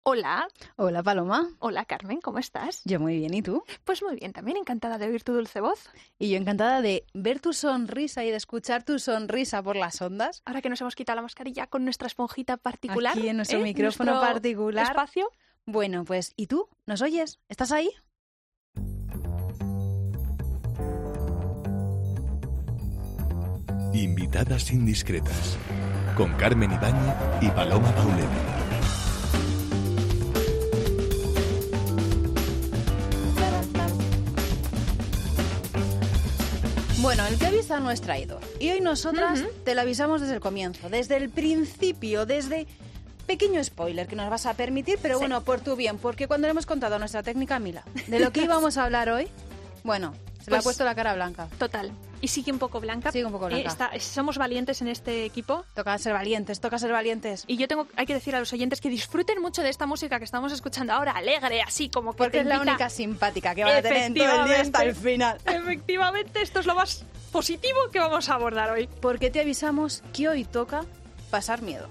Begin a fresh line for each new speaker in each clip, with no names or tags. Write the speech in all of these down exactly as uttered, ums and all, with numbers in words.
Hola.
Hola, Paloma.
Hola, Carmen, ¿cómo estás?
Yo muy bien, ¿y tú?
Pues muy bien, también encantada de oír tu dulce voz.
Y yo encantada de ver tu sonrisa y de escuchar tu sonrisa por las ondas.
Ahora que nos hemos quitado la mascarilla con nuestra esponjita particular.
Aquí en nuestro
¿eh?
micrófono
Nuestro
particular.
espacio.
Bueno, pues, ¿y tú? ¿Nos oyes? ¿Estás ahí?
Invitadas indiscretas con Carmen Ibáñez y Paloma Paulero.
Bueno, el que avisa no es traidor. Y hoy nosotras uh-huh. te lo avisamos desde el comienzo, desde el principio, desde... Pequeño spoiler que nos vas a permitir, pero sí. Bueno, por tu bien, porque cuando le hemos contado a nuestra técnica Mila de lo que íbamos a hablar hoy, bueno, se pues, le ha puesto la cara blanca.
Total. Y sigue un poco blanca.
Sigue un poco blanca.
Eh, está, somos valientes en este equipo.
Toca ser valientes, toca ser valientes.
Y yo tengo, hay que decir a los oyentes que disfruten mucho de esta música que estamos escuchando ahora, alegre, así como que
porque
te
es la
invita...
única simpática que van a tener en todo el día hasta el final.
Efectivamente, esto es lo más positivo que vamos a abordar hoy.
Porque te avisamos que hoy toca pasar miedo.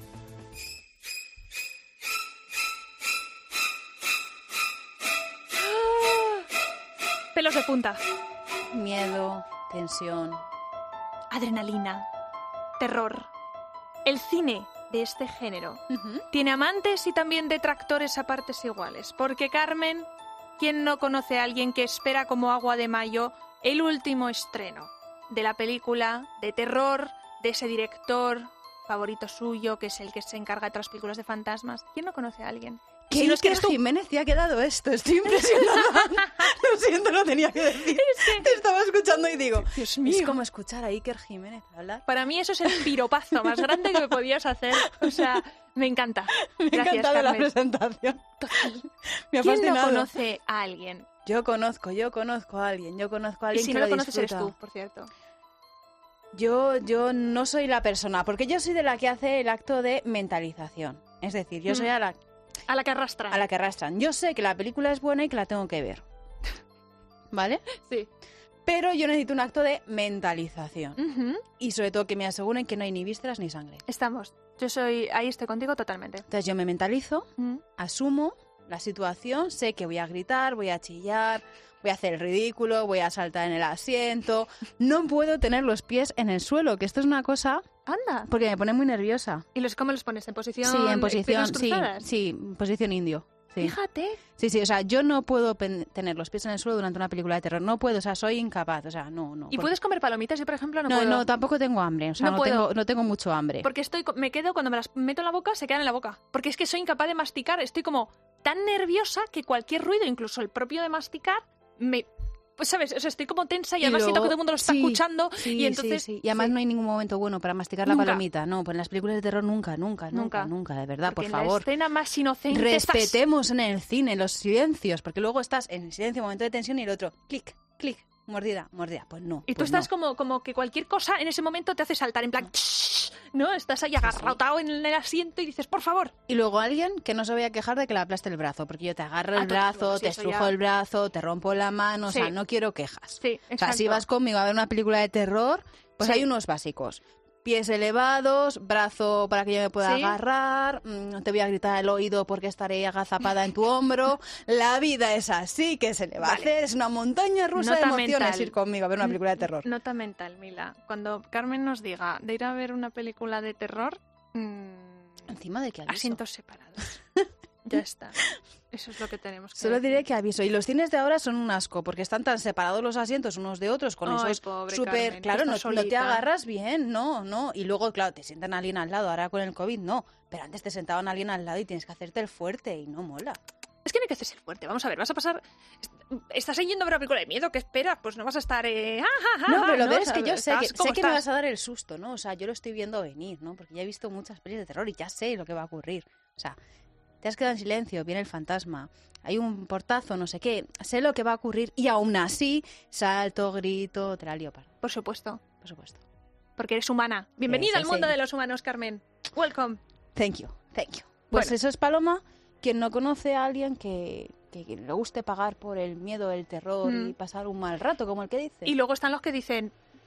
Pelos de punta.
Miedo, tensión,
adrenalina, terror. El cine de este género
uh-huh.
tiene amantes y también detractores a partes iguales. Porque, Carmen, ¿quién no conoce a alguien que espera como agua de mayo el último estreno de la película de terror de ese director favorito suyo, que es el que se encarga de otras películas de fantasmas? ¿Quién no conoce a alguien?
¿Qué si no es que Jiménez te ha quedado esto? Estoy impresionada. Lo siento, lo tenía que decir.
Es que...
Te estaba escuchando y digo,
Dios mío.
Es como escuchar a Iker Jiménez hablar.
Para mí eso es el piropazo más grande que me podías hacer. O sea, me encanta.
Me
Gracias,
ha encantado
Carmen.
la presentación.
Total.
Me ha
¿Quién
fascinado.
no conoce a alguien?
Yo conozco, yo conozco a alguien, yo conozco a alguien
y si
que
no
lo
lo conoces
disfruta.
eres tú, por cierto.
Yo, yo no soy la persona, porque yo soy de la que hace el acto de mentalización. Es decir, yo mm. soy a la...
A la que arrastran.
A la que arrastran. Yo sé que la película es buena y que la tengo que ver. ¿Vale?
Sí.
Pero yo necesito un acto de mentalización.
Uh-huh.
Y sobre todo que me aseguren que no hay ni vísceras ni sangre.
Estamos. Yo soy... Ahí estoy contigo totalmente.
Entonces yo me mentalizo, uh-huh. asumo la situación, sé que voy a gritar, voy a chillar, voy a hacer el ridículo, voy a saltar en el asiento. No puedo tener los pies en el suelo, que esto es una cosa...
Anda.
Porque me pone muy nerviosa.
¿Y los cómo los pones? ¿En posición?
Sí, en posición, sí,
cruzadas?
sí, en posición indio. Sí.
Fíjate.
Sí, sí, o sea, yo no puedo pen- tener los pies en el suelo durante una película de terror. No puedo, o sea, soy incapaz, o sea, no, no.
¿Y
porque...
puedes comer palomitas? Yo, por ejemplo, no,
no
puedo.
No, no, tampoco tengo hambre, o sea,
no,
no, tengo, no tengo mucho hambre.
Porque estoy, me quedo, cuando me las meto en la boca, se quedan en la boca. Porque es que soy incapaz de masticar, estoy como tan nerviosa que cualquier ruido, incluso el propio de masticar, me... Pues, ¿sabes? O sea, estoy como tensa y, y además luego, siento que todo el mundo lo está
sí,
escuchando.
Sí,
y entonces...
sí, sí. Y además sí. no hay ningún momento bueno para masticar
nunca.
la palomita. No, pues en las películas de terror nunca, nunca, nunca, nunca, nunca de verdad,
porque
por
en
favor.
la escena más inocente
respetemos
estás...
en el cine los silencios, porque luego estás en el silencio, momento de tensión, y el otro, clic, clic, mordida, mordida. Pues no.
Y tú
pues
estás
no.
como, como que cualquier cosa en ese momento te hace saltar, en plan... ¿No? Estás ahí agarrotado en el asiento y dices, por favor.
Y luego alguien que no se vaya a quejar de que le aplaste el brazo, porque yo te agarro el
ah,
brazo,
bueno, sí,
te estrujo
ya...
el brazo, te rompo la mano,
sí.
o sea, no quiero quejas.
Sí,
o sea, si vas conmigo a ver una película de terror, pues sí. hay unos básicos. Pies elevados, brazo para que yo me pueda
¿Sí?
agarrar, mmm, te voy a gritar al oído porque estaré agazapada en tu hombro. La vida es así, que se le va vale. a hacer? Es una montaña rusa
Nota
de emociones
mental.
ir conmigo a ver una película de terror.
Nota mental, Mila. Cuando Carmen nos diga de ir a ver una película de terror... Mmm,
¿Encima de qué aviso?
Asientos separados. Ya está. Eso es lo que tenemos que
Solo
decir.
diré que aviso. Y los cines de ahora son un asco, porque están tan separados los asientos unos de otros, con
Ay,
esos
pobre
súper...
Carmen,
Claro, no,
solita.
no te agarras bien, no, no. Y luego, claro, te sientan a alguien al lado. Ahora con el COVID, no. Pero antes te sentaban a alguien al lado y tienes que hacerte el fuerte y no mola.
Es que no hay que hacerse el fuerte. Vamos a ver, vas a pasar... Estás yendo a ver una película de miedo, ¿qué esperas? Pues no vas a estar... Eh... Ah, ah, ah,
no, pero lo
¿no?
peor es
o sea,
que yo sé que, sé que
estás.
me vas a dar el susto, ¿no? O sea, yo lo estoy viendo venir, ¿no? Porque ya he visto muchas pelis de terror y ya sé lo que va a ocurrir. O sea, te has quedado en silencio, viene el fantasma, hay un portazo, no sé qué, sé lo que va a ocurrir y aún así salto, grito, te la lío parda.
Por supuesto.
Por supuesto.
Porque eres humana. Bienvenida
sí,
al mundo
sí.
de los humanos, Carmen. Welcome.
Thank you, thank you. Pues
bueno.
eso es Paloma, quien no conoce a alguien que, que, que le guste pagar por el miedo, el terror mm. y pasar un mal rato, como el que dice.
Y luego están los que dicen...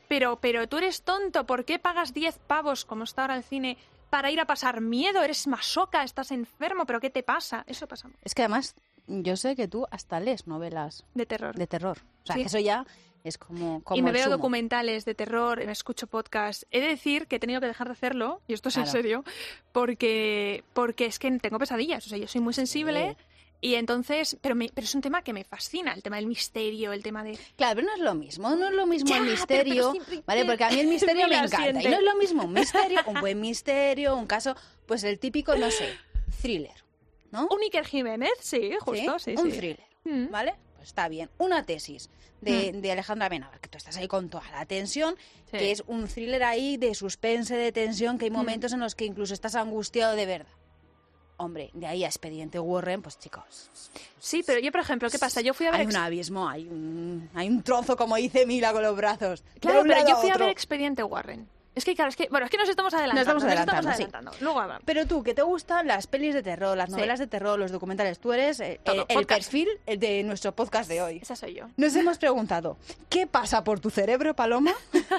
pero, pero tú eres tonto, ¿por qué pagas diez pavos, como está ahora el cine, para ir a pasar miedo? Eres masoca, estás enfermo, ¿pero qué te pasa? Eso pasa.
Es que además, yo sé que tú hasta lees novelas
De terror.
de terror. O sea,
Sí.
que eso ya es como, como
y me
el
veo
sumo.
documentales de terror, me escucho podcasts. He de decir que he tenido que dejar de hacerlo, y esto es
Claro.
en serio, porque, porque es que tengo pesadillas. O sea, yo soy muy sensible.
Sí.
Y entonces, pero, me, pero es un tema que me fascina, el tema del misterio, el tema de...
Claro, pero no es lo mismo, no es lo mismo
Ya,
el
pero-
misterio,
pero siempre-
¿vale? Porque a mí el misterio me
Mira,
encanta.
siente.
Y no es lo mismo un misterio, un buen misterio, un caso, pues el típico, no sé, thriller, ¿no?
Un Iker Jiménez, sí, justo, sí, sí.
Un thriller,
Mm.
¿vale? Pues está bien. Una tesis de, de Alejandra Amenábar, que tú estás ahí con toda la tensión,
Sí.
que es un thriller ahí de suspense, de tensión, que hay momentos en los que incluso estás angustiado de verdad. Hombre, de ahí a Expediente Warren, pues chicos,
Sí, pero yo, por ejemplo, ¿qué pasa? Yo fui a ver...
hay un
Ex-
abismo, hay un, hay un trozo, como dice Mila con los brazos. de
Claro,
un
pero
lado
yo
a
fui a
otro.
ver Expediente Warren. Es que, claro, es que... Bueno, es que nos estamos adelantando.
Nos estamos adelantando, sí.
adelantando. Luego hablamos.
Pero tú, que te gustan las pelis de terror, las
Sí.
novelas de terror, los documentales, tú eres eh,
Todo,
el, el
podcast.
perfil de nuestro podcast de hoy.
Esa soy yo.
Nos hemos preguntado, ¿qué pasa por tu cerebro, Paloma?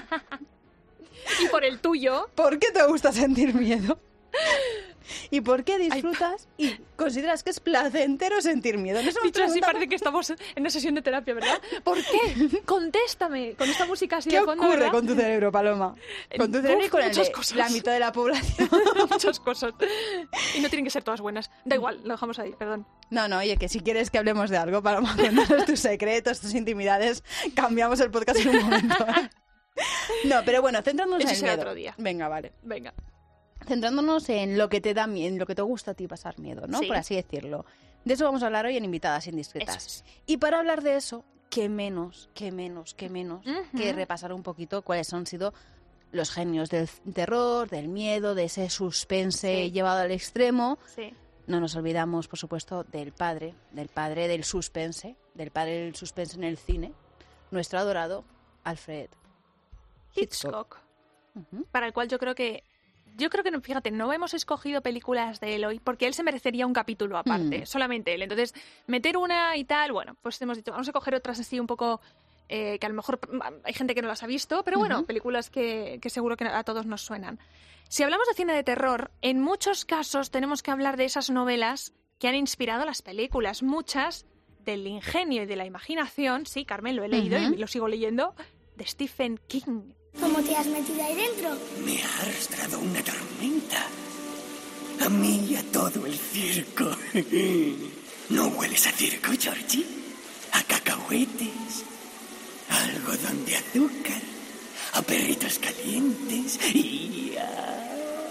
Y por el tuyo...
¿Por qué te gusta sentir miedo? ¿Y por qué disfrutas y consideras que es placentero sentir miedo? Nos hemos
Dicho así,
preguntado,
parece que estamos en una sesión de terapia, ¿verdad? ¿Por qué? Contéstame con esta música así
¿qué
de fondo,
ocurre
¿verdad?
con tu cerebro, Paloma? Con tu
Uf,
cerebro y con el
muchas
de
cosas.
la mitad de la población.
Muchas cosas. Y no tienen que ser todas buenas. Da igual, lo dejamos ahí, perdón.
No, no, oye, que si quieres que hablemos de algo, Paloma, cuéntanos tus secretos, tus intimidades, cambiamos el podcast en un momento. No, pero bueno, centrándonos
Eso
en el
será
miedo.
otro día.
Venga, vale.
Venga.
Centrándonos en lo que te da miedo, en lo que te gusta a ti pasar miedo, ¿no?
Sí.
Por así decirlo. De eso vamos a hablar hoy en Invitadas Indiscretas.
Eso es.
Y para hablar de eso, qué menos, qué menos, qué menos
Ujú.
que repasar un poquito cuáles han sido los genios del terror, del miedo, de ese suspense
Sí.
llevado al extremo.
Sí.
No nos olvidamos, por supuesto, del padre, del padre del suspense, del padre del suspense en el cine, nuestro adorado Alfred Hitchcock.
Hitchcock.
Ujú.
Para el cual yo creo que... Yo creo que, no, fíjate, no hemos escogido películas de él hoy porque él se merecería un capítulo aparte,
Mm.
solamente él. Entonces, meter una y tal, bueno, pues hemos dicho, vamos a coger otras así un poco... eh, que a lo mejor mm, hay gente que no las ha visto, pero bueno,
Ujú.
películas que, que seguro que a todos nos suenan. Si hablamos de cine de terror, en muchos casos tenemos que hablar de esas novelas que han inspirado las películas. Muchas del ingenio y de la imaginación, sí, Carmen, lo he leído
Ujú.
y lo sigo leyendo, de Stephen King.
¿Cómo te has metido ahí dentro?
Me ha arrastrado una tormenta. A mí y a todo el circo. ¿No hueles a circo, Georgie? A cacahuetes, a algodón de azúcar, a perritos calientes y a...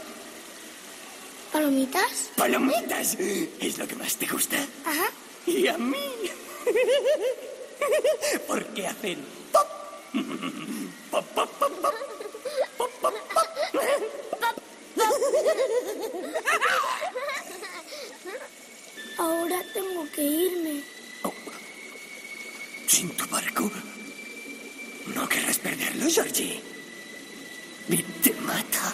¿Palomitas?
¡Palomitas! ¿Es lo que más te gusta?
Ajá.
Y a mí. Porque hacen pop. Pop, pop, pop, pop. Pop, pop, pop.
Ahora tengo que irme.
Sin tu barco. No querrás perderlo, Georgie. Y te mata.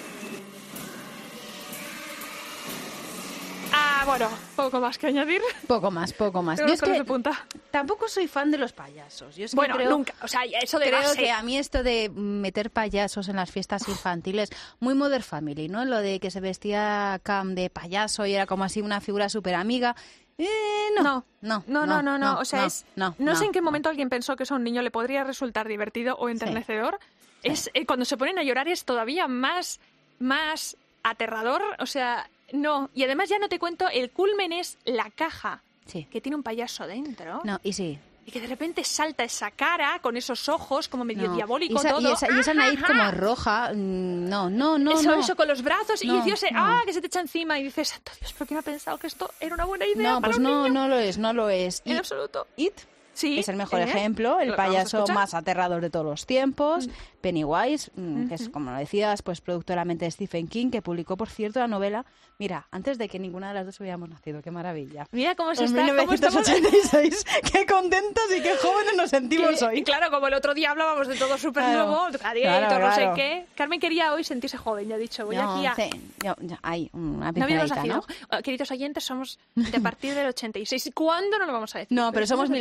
Ah, bueno, poco más que añadir.
Poco más, poco más. Yo
Tenemos
es
con
que
de punta.
tampoco soy fan de los payasos. Yo es que
Bueno,
creo,
nunca. O sea, eso de
creo
base.
que a mí esto de meter payasos en las fiestas infantiles, muy Modern Family, ¿no? Lo de que se vestía Cam de payaso y era como así una figura súper amiga. Eh, no,
No.
no,
No, no, no, no. O sea,
no,
es.
no,
No, sé
no,
en qué
no.
momento alguien pensó que eso a un niño le podría resultar divertido o enternecedor. Es eh, cuando se ponen a llorar es todavía más, más aterrador. O sea, no. Y además ya no te cuento, el culmen es la caja
Sí.
que tiene un payaso dentro.
No, y sí.
Y que de repente salta esa cara con esos ojos como medio
No.
diabólico
y esa,
todo.
Y esa, y esa nariz
Ajá.
como roja. mm, No, no, no.
eso,
no.
eso con los brazos
No,
y Dios, se-
no.
ah, que se te echa encima y dices, santo Dios, ¿por qué me ha pensado que esto era una buena idea
No,
para
pues
un
no,
niño?
no lo es, no lo es.
En
Y
absoluto.
It
Sí,
es el mejor
¿eh?
ejemplo, el
¿Lo vamos a
payaso
escuchar?
más aterrador de todos los tiempos, Pennywise, mm, que es,
Ujú.
como lo decías, pues producto de la mente de Stephen King, que publicó, por cierto, la novela, mira, antes de que ninguna de las dos hubiéramos nacido, qué maravilla.
Mira cómo se
En
está, cómo estamos...
mil novecientos ochenta y seis, qué contentos y qué jóvenes nos sentimos
Que-
hoy.
Claro, como el otro día hablábamos de todo súper
Claro,
nuevo,
claro,
no sé
claro.
qué. Carmen quería hoy sentirse joven, ya he dicho. Voy
No,
aquí a...
sí, yo- yo- hay una
No habíamos
pinceladita,
nacido.
¿no?
Eh, Queridos oyentes, somos de a partir del ochenta y seis. ¿Cuándo no lo vamos a decir?
No, pero somos
de
millennials.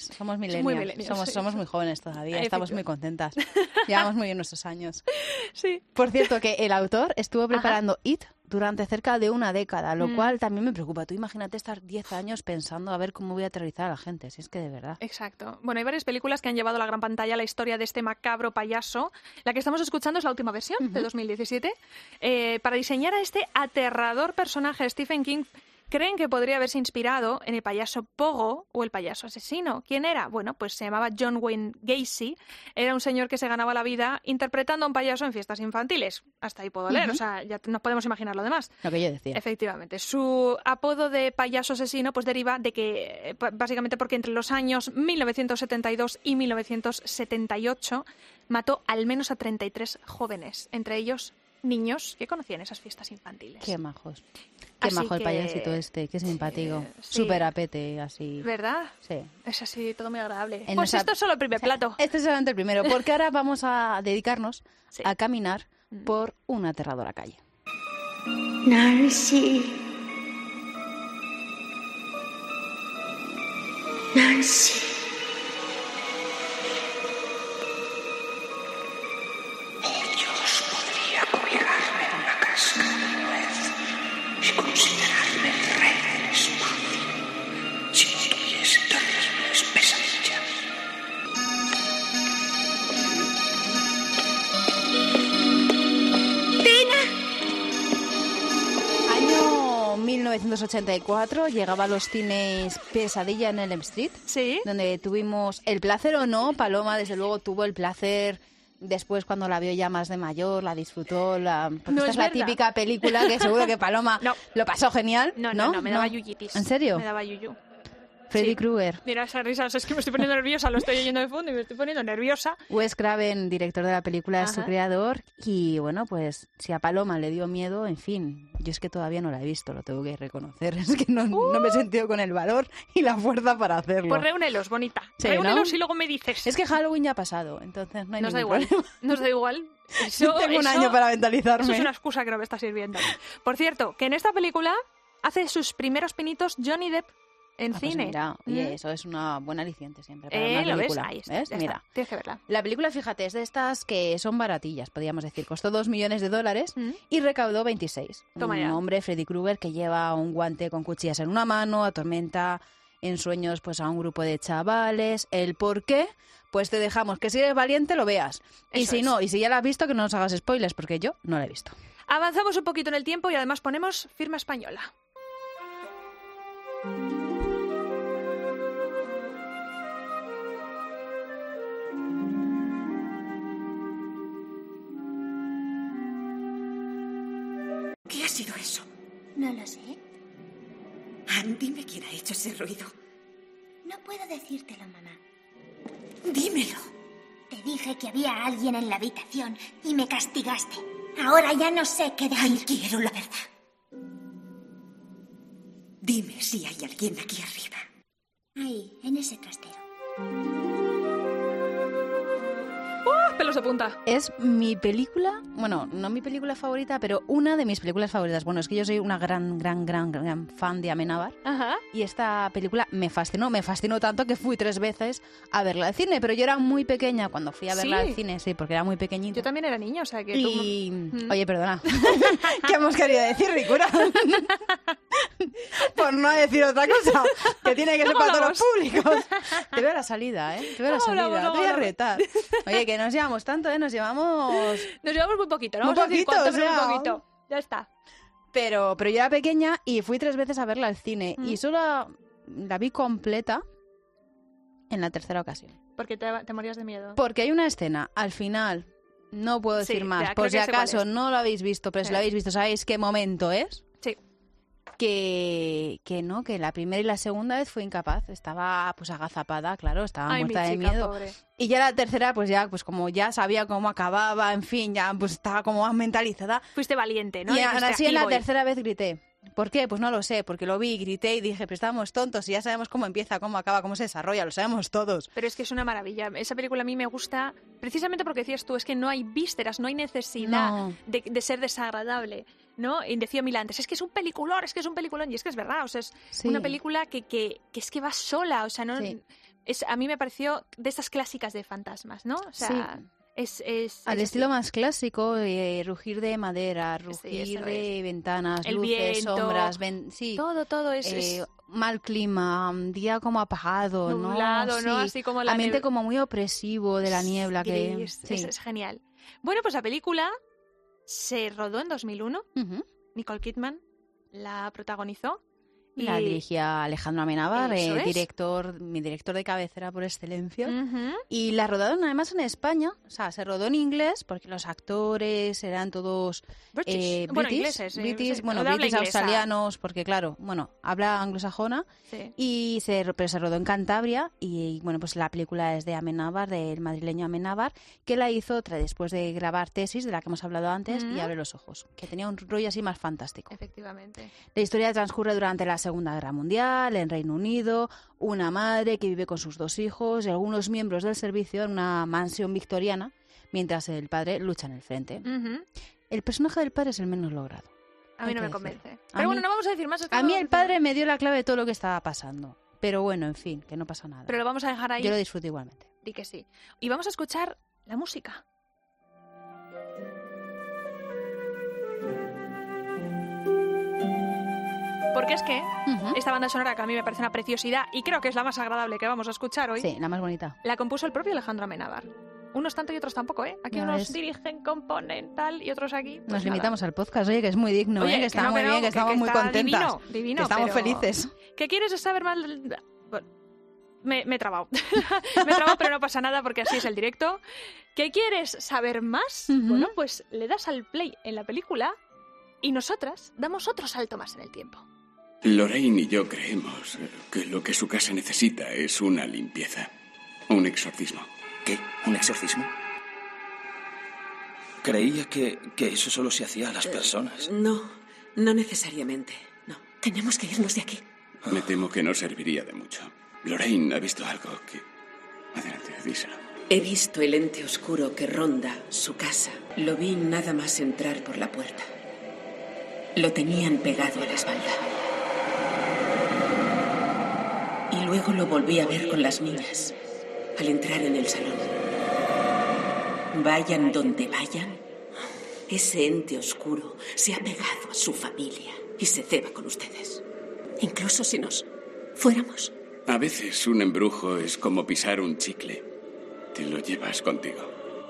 millennials, somos millennials.
Muy millennials,
somos,
sí.
somos muy jóvenes todavía, estamos muy contentas. Llevamos muy bien nuestros años.
Sí.
Por cierto, que el autor estuvo preparando It durante cerca de una década, lo
Mm.
cual también me preocupa. Tú imagínate estar diez años pensando a ver cómo voy a aterrizar a la gente, si es que de verdad.
Exacto. Bueno, hay varias películas que han llevado a la gran pantalla la historia de este macabro payaso. La que estamos escuchando es la última versión, uh-huh. de dos mil diecisiete. Eh, para diseñar a este aterrador personaje, Stephen King creen que podría haberse inspirado en el payaso Pogo o el payaso asesino. ¿Quién era? Bueno, pues se llamaba John Wayne Gacy. Era un señor que se ganaba la vida interpretando a un payaso en fiestas infantiles. Hasta ahí puedo leer, uh-huh. o sea, ya nos podemos imaginar lo demás.
Lo que yo decía.
Efectivamente. Su apodo de payaso asesino pues deriva de que, básicamente porque entre los años mil novecientos setenta y dos y mil novecientos setenta y ocho mató al menos a treinta y tres jóvenes, entre ellos niños que conocían esas fiestas infantiles.
Qué majos. Qué
Así
majo el
que,
payasito este, qué simpático.
Eh, sí.
Súper apete, así.
¿Verdad?
Sí.
Es así, todo muy agradable.
En
pues
nuestra...
esto es solo el primer plato.
Este es solamente el primero, porque ahora vamos a dedicarnos
Sí.
a caminar por una aterradora calle.
Nancy. Nancy.
Dios podría cobijarme en una cáscara de nuez y considerarme el rey del espacio si no tuviese terribles pesadillas.
Año mil novecientos ochenta y cuatro llegaba a los cines Pesadilla en Elm Street,
Sí.
donde tuvimos el placer o no, Paloma desde luego tuvo el placer. Después, cuando la vio ya más de mayor, la disfrutó. La... Porque
No
esta
es
es la
verdad.
típica película que seguro que Paloma
No.
lo pasó genial.
No, no, no, me daba yuyitis.
¿En serio?
Me daba yuyu.
Freddy
Sí.
Krueger.
Mira esa risa, o sea, es que me estoy poniendo nerviosa, lo estoy oyendo de fondo y me estoy poniendo nerviosa.
Wes Craven, director de la película, es su
Ajá.
creador. Y bueno, pues si a Paloma le dio miedo, en fin, yo es que todavía no la he visto, lo tengo que reconocer. Es que no, no me he sentido con el valor y la fuerza para hacerlo.
Pues reúnelos, bonita.
Sí,
reúnelos
¿no?
y luego me dices.
Es que Halloween ya ha pasado, entonces no hay
Nos da
ningún
igual,
problema.
nos da igual. Eso,
Tengo un
eso-
año para mentalizarme.
Eso es una excusa que no me está sirviendo. Por cierto, que en esta película hace sus primeros pinitos Johnny Depp en
Ah, pues
cine.
mira, oye,
Mm.
eso es una buena aliciente siempre para
Eh,
una
¿Lo ves?
película.
Ahí está.
¿Ves?
ya
Mira.
está. Tienes que verla.
La película, fíjate, es de estas que son baratillas, podríamos decir. Costó dos millones de dólares
Mm.
y recaudó veintiséis.
Toma
un
ya.
hombre, Freddy Krueger, que lleva un guante con cuchillas en una mano, atormenta en sueños pues a un grupo de chavales. ¿El por qué? Pues te dejamos que si eres valiente lo veas. Y
Eso
si
es.
no, y si ya la has visto, que no nos hagas spoilers, porque yo no la he visto.
Avanzamos un poquito en el tiempo y además ponemos firma española.
¿Qué ha sido eso?
No lo sé.
Ah, dime quién ha hecho ese ruido.
No puedo decírtelo, mamá.
Dímelo.
Te dije que había alguien en la habitación y me castigaste. Ahora ya no sé qué
Ay,
decir.
quiero la verdad. Dime si hay alguien aquí arriba.
Ahí, en ese trastero.
¡Uh! Pelos de punta.
Es mi película, bueno, no mi película favorita, pero una de mis películas favoritas. Bueno, es que yo soy una gran, gran, gran, gran fan de Amenábar.
Ajá.
Y esta película me fascinó, me fascinó tanto que fui tres veces a verla al cine, pero yo era muy pequeña cuando fui a verla
Sí.
al cine, sí, porque era muy pequeñita.
Yo también era niño, o sea que tú...
Y...
Mm.
Oye, perdona. ¿Qué hemos querido decir, Ricura? Por no decir otra cosa, que tiene que ser
Luego
para todos los
hablamos.
públicos. Te veo a la salida, ¿eh? Te veo a la
Luego
salida,
hablamos,
te voy a
luego
retar. Oye, que nos llevamos tanto, ¿eh? Nos llevamos...
Nos llevamos muy poquito, ¿no?
Muy
Vamos a decir
poquito,
cuánto, pero
o sea,
muy poquito. Ya está.
Pero, pero yo era pequeña y fui tres veces a verla al cine.
Mm.
Y solo la vi completa en la tercera ocasión.
Porque te, te morías de miedo.
Porque hay una escena al final, no puedo decir
Sí,
más,
ya,
por
creo
si
que sé cuál
acaso
es.
no lo habéis visto, pero si
Sí.
lo habéis visto, ¿sabéis qué momento es?
Sí.
Que, que no, que la primera y la segunda vez fue incapaz. Estaba pues agazapada, claro, estaba
Ay, mi
muerta de
chica,
miedo.
pobre.
Y ya la tercera, pues ya, pues como ya sabía cómo acababa, en fin, ya pues estaba como más mentalizada.
Fuiste valiente, ¿no?
Y aún
Dijiste,
así en
"Aquí
la
voy".
tercera vez grité. ¿Por qué? Pues no lo sé, porque lo vi, grité y dije, pero estamos tontos y ya sabemos cómo empieza, cómo acaba, cómo se desarrolla, lo sabemos todos.
Pero es que es una maravilla. Esa película a mí me gusta precisamente porque decías tú, es que no hay vísceras, no hay necesidad
No.
de, de ser desagradable, ¿no? Y decía Mila antes, es que es un peliculón, es que es un peliculón. Y es que es verdad, o sea, es
Sí.
una película que, que, que es que va sola, o sea, no...
Sí.
es, a mí me pareció de estas clásicas de fantasmas, ¿no? O sea,
Sí.
es, es...
Al
es
estilo
así.
más clásico, eh, rugir de madera,
Sí,
rugir
eso
de
es.
ventanas,
El
luces,
viento,
sombras, ven- sí,
Todo, todo es...
eh,
es-
mal clima, un día como apagado,
Nublado,
¿no?
¿no?
Sí,
Así como la
ambiente
neve-
como muy opresivo de la niebla que
gris,
sí.
es, es genial. Bueno, pues la película se rodó en dos mil uno.
Ujú.
Nicole Kidman la protagonizó. Y...
La dirigía Alejandro Amenábar,
Eso
eh,
es.
director, mi director de cabecera por excelencia.
Ujú.
Y la rodaron además en España, o sea, se rodó en inglés porque los actores eran todos
British.
eh,
Bueno,
british,
ingleses, eh,
british,
sí,
bueno,
o de habla
british
inglesa.
australianos, porque claro, bueno, habla anglosajona
Sí.
y se, pero se rodó en Cantabria y, bueno, pues la película es de Amenábar, del madrileño Amenábar, que la hizo tra- después de grabar Tesis, de la que hemos hablado antes,
Mm.
y Abre los ojos, que tenía un rollo así más fantástico.
Efectivamente.
La historia transcurre durante la Segunda Guerra Mundial, en Reino Unido, una madre que vive con sus dos hijos y algunos miembros del servicio en una mansión victoriana, mientras el padre lucha en el frente.
Ujú.
El personaje del padre es el menos logrado.
A mí
Hay
no
que
me convence.
decirlo. A
Pero bueno,
mí-
no vamos a decir más. es que
A
no
mí
vamos
el
decir
padre
más.
me dio la clave de todo lo que estaba pasando. Pero bueno, en fin, que no pasa nada.
Pero lo vamos a dejar ahí.
Yo lo disfruto igualmente.
Di que sí. Y vamos a escuchar la música. Porque es que
Ujú.
esta banda sonora, que a mí me parece una preciosidad y creo que es la más agradable que vamos a escuchar hoy,
Sí, la más bonita.
la compuso el propio Alejandro Amenábar. Unos tanto y otros tampoco, ¿eh? Aquí
Ya
unos
ves.
dirigen, componen, tal, y otros aquí. pues
Nos
nada.
limitamos al podcast, oye, que es muy digno,
Oye,
¿eh? que
que
está
no,
muy
que no,
bien, que
que-
estamos
que
muy
está
contentas.
divino, divino,
que estamos
pero-
felices.
¿Qué quieres saber más? del- Bueno, me, me he trabado. me he trabado, pero no pasa nada porque así es el directo. ¿Qué quieres saber más?
Ujú.
Bueno, pues le das al play en la película y nosotras damos otro salto más en el tiempo.
Lorraine y yo creemos que lo que su casa necesita es una limpieza. Un exorcismo.
¿Qué? ¿Un exorcismo? Creía que, que eso solo se hacía a las personas.
No, no necesariamente. No.
Tenemos que irnos de aquí.
Me temo que no serviría de mucho. Lorraine ha visto algo que... Adelante, díselo.
He visto el ente oscuro que ronda su casa. Lo vi nada más entrar por la puerta. Lo tenían pegado a la espalda. Y luego lo volví a ver con las niñas, al entrar en el salón. Vayan donde vayan, ese ente oscuro se ha pegado a su familia y se ceba con ustedes. Incluso si nos fuéramos.
A veces un embrujo es como pisar un chicle. Te lo llevas contigo.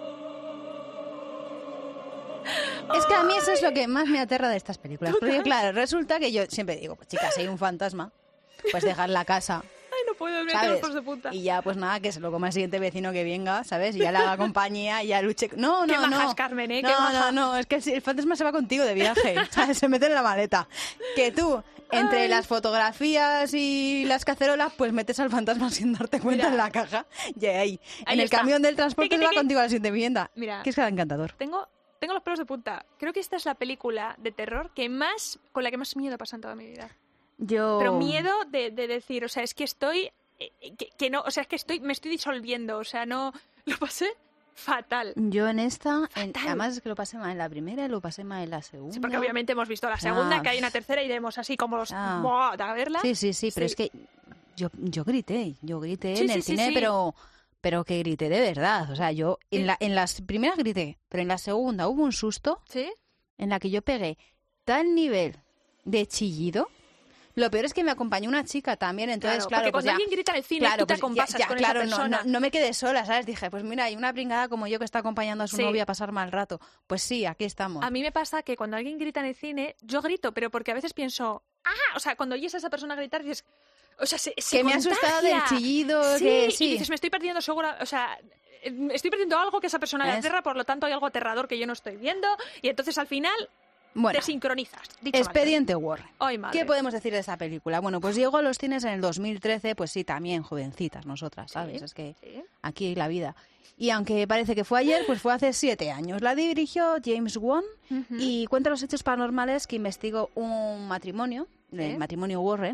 Es que a mí eso es lo que más me aterra de estas películas. Porque claro, resulta que yo siempre digo, pues chicas, si hay un fantasma, pues dejar la casa,
Ay, no puedo, me
¿sabes?
los de punta.
Y ya, pues nada, que se lo coma el siguiente vecino que venga, ¿sabes? Y ya le haga compañía y ya luche. No, no,
Qué
no.
majas, Carmen, ¿eh? Qué
No,
maja.
no, no, es que el fantasma se va contigo de viaje, ¿sabes? Se mete en la maleta. Que tú, entre
Ay.
las fotografías y las cacerolas, pues metes al fantasma sin darte cuenta
Mira.
en la caja. Y ahí,
Ahí
en el
está.
camión del transporte
Tiqui,
se va
tiqui.
contigo a la siguiente vivienda.
Mira.
Que es que era encantador.
Tengo, tengo los pelos de punta. Creo que esta es la película de terror que más, con la que más miedo he pasado en toda mi vida.
Yo...
Pero miedo de, de decir, o sea, es que estoy, eh, que, que no, o sea, es que estoy, me estoy disolviendo, o sea, no, lo pasé fatal.
Yo en esta, en-
Fatal.
además es que lo pasé mal en la primera y lo pasé mal en la segunda.
Sí, porque obviamente hemos visto la segunda,
Ah.
que hay una tercera, iremos así como los
Ah.
¡buah! a verla.
Sí, sí, sí, pero
Sí.
es que yo, yo grité, yo grité
Sí,
en
sí,
el
sí,
cine,
sí.
pero pero que grité de verdad. O sea, yo
Sí.
en, la, en las primeras grité, pero en la segunda hubo un susto
¿Sí?
en la que yo pegué tal nivel de chillido. Lo peor es que me acompañó una chica también, entonces,
Claro,
claro,
porque
pues
cuando
ya-
alguien grita en el cine,
claro,
tú te
pues ya-
acompasas
ya,
con
claro,
esa
no,
persona.
no, no me quedé sola, ¿sabes? Dije, pues mira, hay una pringada como yo que está acompañando a su
Sí.
novia a pasar mal rato. Pues sí, aquí estamos.
A mí me pasa que cuando alguien grita en el cine, yo grito, pero porque a veces pienso, ¡ah! O sea, cuando oyes a esa persona gritar, dices, o sea, se, se
que me ha asustado del
contagia.
chillido,
Sí,
que
y
sí.
dices, me estoy perdiendo segura, o sea, eh, estoy perdiendo algo que esa persona le
¿Ves?
aterra, por lo tanto hay algo aterrador que yo no estoy viendo, y entonces al final
Bueno,
te sincronizas. Dicho mal.
Expediente Warren.
Ay, madre.
¿Qué podemos decir de esa película? Bueno, pues llegó a los cines en el dos mil trece, pues sí, también jovencitas nosotras, ¿sabes?
Sí,
Es que
sí.
aquí la vida. Y aunque parece que fue ayer, pues fue hace siete años. La dirigió James Wan
Ujú.
y cuenta los hechos paranormales que investigó un matrimonio, el
Sí.
matrimonio Warren,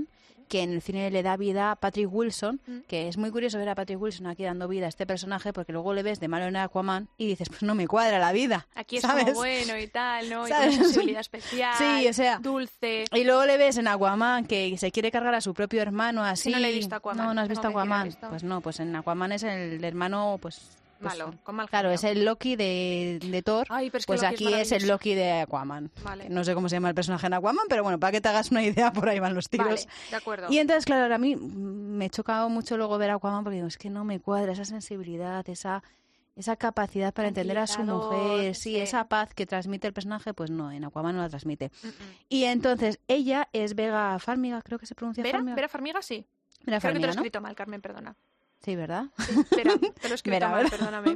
que en el cine le da vida a Patrick Wilson,
Mm.
que es muy curioso ver a Patrick Wilson aquí dando vida a este personaje, porque luego le ves de malo en Aquaman y dices, pues no me cuadra la vida.
Aquí es
¿sabes?
como bueno y tal, ¿no? Y
¿Sabes?
con sensibilidad especial,
Sí, o sea,
dulce.
Y luego le ves en Aquaman que se quiere cargar a su propio hermano así.
Sí, no le he visto Aquaman,
No, no has
tengo
visto
que decir, ¿la
Aquaman.
he visto?
Pues no, pues en Aquaman es el hermano, pues... pues,
Malo, con mal
Claro,
genio.
es el Loki de, de Thor.
Ay, pero es que
Pues
Loki es
aquí es, el
maravilloso.
Loki de Aquaman.
Vale.
No sé cómo se llama el personaje en Aquaman, pero bueno, para que te hagas una idea, por ahí van los tiros.
Vale, de acuerdo.
Y entonces, claro, a mí me ha chocado mucho luego ver a Aquaman porque digo, es que no me cuadra esa sensibilidad, esa, esa capacidad para entender a su
Tranquilizador,
mujer, sí,
sí.
esa paz que transmite el personaje, pues no, en Aquaman no la transmite.
Mm, mm.
Y entonces, ella es Vega Farmiga, creo que se pronuncia
¿Vera?
Farmiga.
¿Vera Farmiga? Sí.
Vera
Creo que te lo he
Farmiga, ¿no?
escrito mal, Carmen, perdona.
Sí, ¿verdad?
Sí, Vera, te lo he escrito
Vera,
mal,
¿verdad?
perdóname.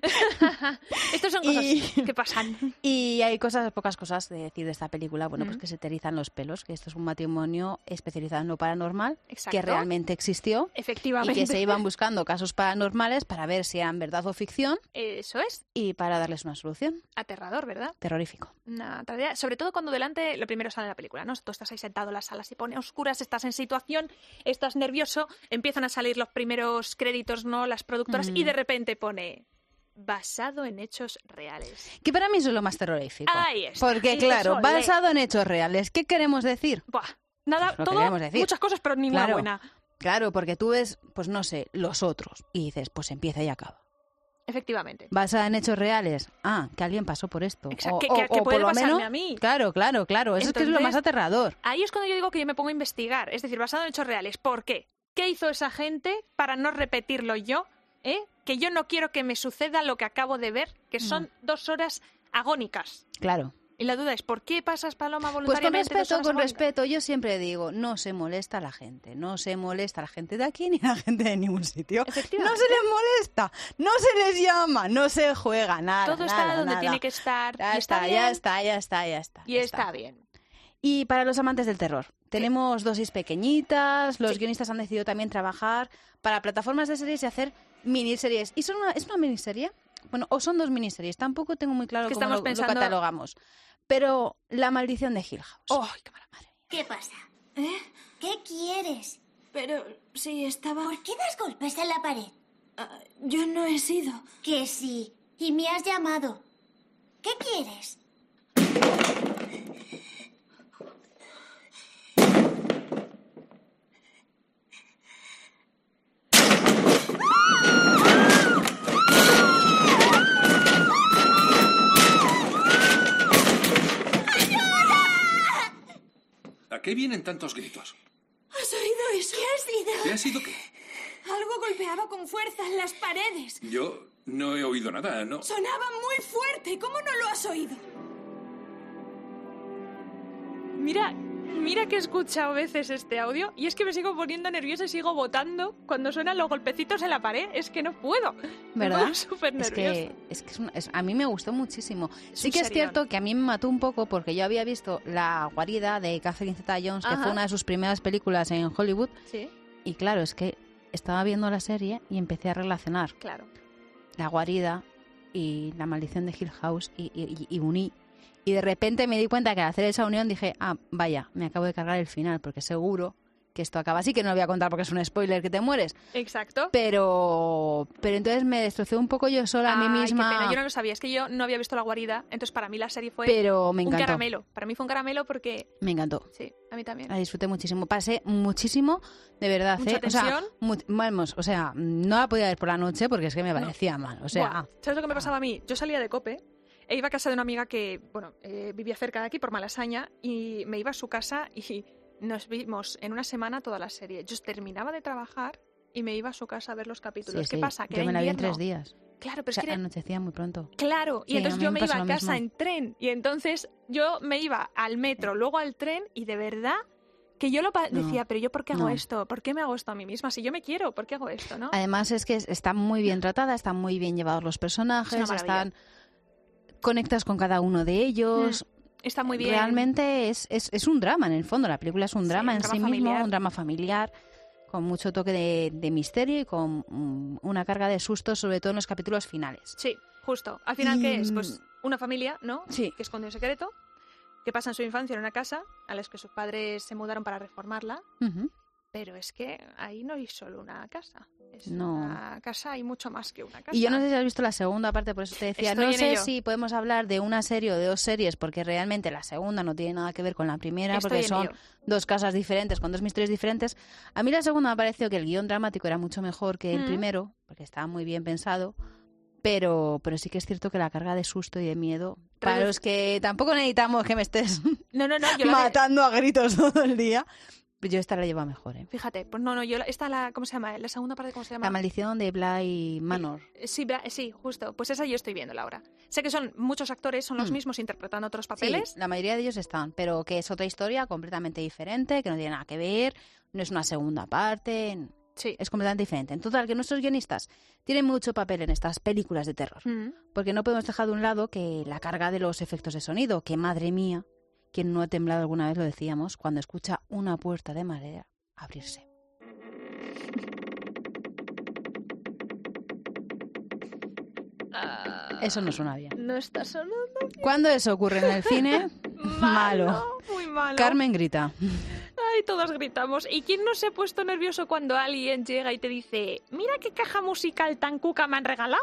Estas son cosas
Y-
que pasan.
Y hay cosas, pocas cosas de decir de esta película. Bueno, pues
Mm.
que se te erizan los pelos, que esto es un matrimonio especializado en lo paranormal,
Exacto.
que realmente existió y
Efectivamente.
que se iban buscando casos paranormales para ver si eran verdad o ficción
Eso es
y para darles una solución.
aterrador, ¿verdad?
Terrorífico.
Una tarea, sobre todo cuando delante, lo primero sale la película, ¿no? Tú estás ahí sentado en la sala, se pone a oscuras, estás en situación, estás nervioso, empiezan a salir los primeros créditos, ¿no? Las productoras,
Mm.
y de repente pone basado en hechos reales.
Que para mí eso es lo más terrorífico.
Ahí está.
Porque,
Y dices,
claro,
"Olé".
basado en hechos reales, ¿qué queremos decir?
Buah, nada,
Pues lo que
todo,
queremos decir.
muchas cosas, pero ninguna
Claro.
buena.
Claro, porque tú ves, pues no sé, los otros y dices, pues empieza y acaba.
Efectivamente.
Basada en hechos reales. Ah, que alguien pasó por esto.
Exacto,
O-
que-
o-
que- que
o
puede
por lo
pasarme
menos-
a mí.
Claro, claro, claro. Eso es que es lo
Entonces-
más aterrador.
Ahí es cuando yo digo que yo me pongo a investigar, es decir, basado en hechos reales. ¿Por qué? ¿Qué hizo esa gente para no repetirlo yo? ¿Eh? Que yo no quiero que me suceda lo que acabo de ver, que son dos horas agónicas.
Claro.
Y la duda es, ¿por qué pasas, Paloma,
Pues con
voluntariamente dos
respeto,
horas
con
agónicas?
respeto, yo siempre digo, no se molesta a la gente, no se molesta a la gente de aquí ni a la gente de ningún sitio. No
Efectivamente.
se les molesta, no se les llama, no se juega nada.
Todo está
nada,
donde
nada.
tiene que estar.
Ya
y está,
está,
bien,
ya está, ya está, ya está.
Y
ya
está bien.
Y para los amantes del terror, tenemos dosis pequeñitas, los
Sí.
guionistas han decidido también trabajar para plataformas de series y hacer miniseries. ¿Y son una, es una miniserie? Bueno, o son dos miniseries, tampoco tengo muy claro
Es que
cómo
estamos
lo, lo
pensando-
catalogamos. Pero La maldición de Hill House.
¡Oh, qué maravilla!
¿Qué pasa? ¿Eh? ¿Qué quieres?
Pero si estaba...
¿Por qué das golpes en la pared?
Ah, yo no he sido.
Que sí. Y me has llamado. ¿Qué quieres?
¿A qué vienen tantos gritos?
¿Has oído eso?
¿Qué ha sido?
¿Qué ha sido qué?
Algo golpeaba con fuerza en las paredes.
Yo no he oído nada, ¿no?
Sonaba muy fuerte. ¿Cómo no lo has oído?
Mira, mira que he escuchado a veces este audio y es que me sigo poniendo nerviosa y sigo botando cuando suenan los golpecitos en la pared. Es que no puedo. Me
¿Verdad?
pongo súper
Es
nerviosa.
que, es que es una- es- a mí me gustó muchísimo.
Es
Sí
un
que es
serión.
cierto que a mí me mató un poco porque yo había visto La guarida de Catherine Zeta-Jones, que
Ajá.
fue una de sus primeras películas en Hollywood.
Sí,
Y claro, es que estaba viendo la serie y empecé a relacionar
claro.
La guarida y La maldición de Hill House y, y, y uní. Y de repente me di cuenta que al hacer esa unión dije, ah, vaya, me acabo de cargar el final porque seguro que esto acaba así, que no lo voy a contar porque es un spoiler que te mueres.
Exacto.
Pero, pero entonces me destrocé un poco yo sola a mí
Ay,
misma.
qué pena. Yo no lo sabía. Es que yo no había visto La guarida, entonces para mí la serie fue
Pero me
un
encantó.
caramelo. Para mí fue un caramelo porque...
Me encantó.
Sí, a mí también.
La disfruté muchísimo. Pasé muchísimo, de verdad.
Mucha
¿eh? O sea,
tensión.
mu- vamos, o sea, no la podía ver por la noche porque es que me
No.
parecía mal. O sea,
Buah, ¿sabes lo que me pasaba a mí? Yo salía de Cope e iba a casa de una amiga que, bueno, eh, vivía cerca de aquí por Malasaña y me iba a su casa y nos vimos en una semana toda la serie. Yo terminaba de trabajar y me iba a su casa a ver los capítulos.
sí,
¿Qué
sí.
pasa? Que
Yo
era
me la vi en
invierno.
tres días.
Claro, pero
O sea,
es que era...
anochecía muy pronto.
Claro, y
Sí,
entonces
a mí
yo
me
me
pasa
iba a
lo
casa
mismo.
en tren y entonces yo me iba al metro, luego al tren y de verdad que yo lo pa-
No,
decía, pero yo ¿por qué hago
no.
esto? ¿Por qué me hago esto a mí misma? Si yo me quiero, ¿por qué hago esto, no?
Además es que es- está muy bien tratada, están muy bien llevados los personajes,
Es una maravilla.
están conectas con cada uno de ellos.
Está muy bien.
Realmente es, es, es un drama, en el fondo. La película es un
Sí,
drama
un
en
drama
sí
familiar.
mismo, un drama familiar, con mucho toque de, de misterio y con mm, una carga de sustos, sobre todo en los capítulos finales.
Sí, justo. Al final,
Y-
¿qué es? Pues una familia, ¿no?
Sí.
Que esconde un secreto, que pasa en su infancia en una casa a la que sus padres se mudaron para reformarla,
Ujú.
Pero es que ahí no hay solo una casa. Es
No.
una casa y mucho más que una casa.
Y yo no sé si has visto la segunda parte, por eso te decía,
Estoy
no
en
sé
ello.
si podemos hablar de una serie o de dos series, porque realmente la segunda no tiene nada que ver con la primera,
Estoy
porque
en
son
ello.
dos casas diferentes, con dos misterios diferentes. A mí la segunda me pareció que el guión dramático era mucho mejor que el
Mm.
primero, porque estaba muy bien pensado, pero, pero sí que es cierto que la carga de susto y de miedo, para
Reduce-
los que tampoco necesitamos que me estés
No, no, no. Yo la de-
matando a gritos todo el día, pues yo esta la llevo mejor, ¿eh?
Fíjate, pues no, no, yo la- esta la, ¿cómo se llama? La segunda parte, ¿cómo se llama?
La maldición de Bly Manor.
Sí, Bra- sí, justo. Pues esa yo estoy viendo ahora. Sé que son muchos actores, son los
Mm.
mismos interpretando otros
Sí,
papeles.
la mayoría de ellos están, pero que es otra historia completamente diferente, que no tiene nada que ver, no es una segunda parte,
Sí.
es completamente diferente. En total, que nuestros guionistas tienen mucho papel en estas películas de terror,
Mm.
porque no podemos dejar de un lado que la carga de los efectos de sonido, que madre mía, quien no ha temblado alguna vez, lo decíamos, cuando escucha una puerta de madera abrirse.
Ah,
Eso no suena bien.
no está sonando.
Cuando eso ocurre en el cine, malo.
Muy malo.
Carmen grita.
Ay, todos gritamos. ¿Y quién no se ha puesto nervioso cuando alguien llega y te dice, mira qué caja musical tan cuca me han regalado?